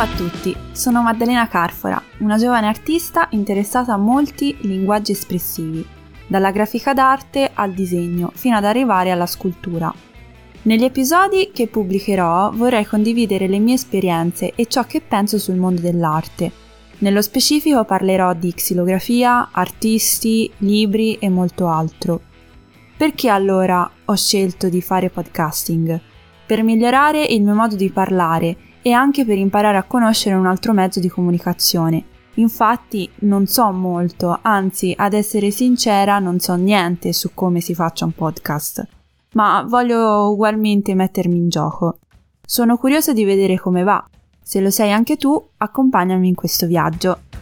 a tutti, sono Maddalena Carfora, una giovane artista interessata a molti linguaggi espressivi, dalla grafica d'arte al disegno, fino ad arrivare alla scultura. Negli episodi che pubblicherò vorrei condividere le mie esperienze e ciò che penso sul mondo dell'arte. Nello specifico parlerò di xilografia, artisti, libri e molto altro. Perché allora ho scelto di fare podcasting? Per migliorare il mio modo di parlare e anche per imparare a conoscere un altro mezzo di comunicazione. Infatti non so molto, anzi, ad essere sincera, non so niente su come si faccia un podcast, ma voglio ugualmente mettermi in gioco. Sono curiosa di vedere come va. Se lo sei anche tu, accompagnami in questo viaggio.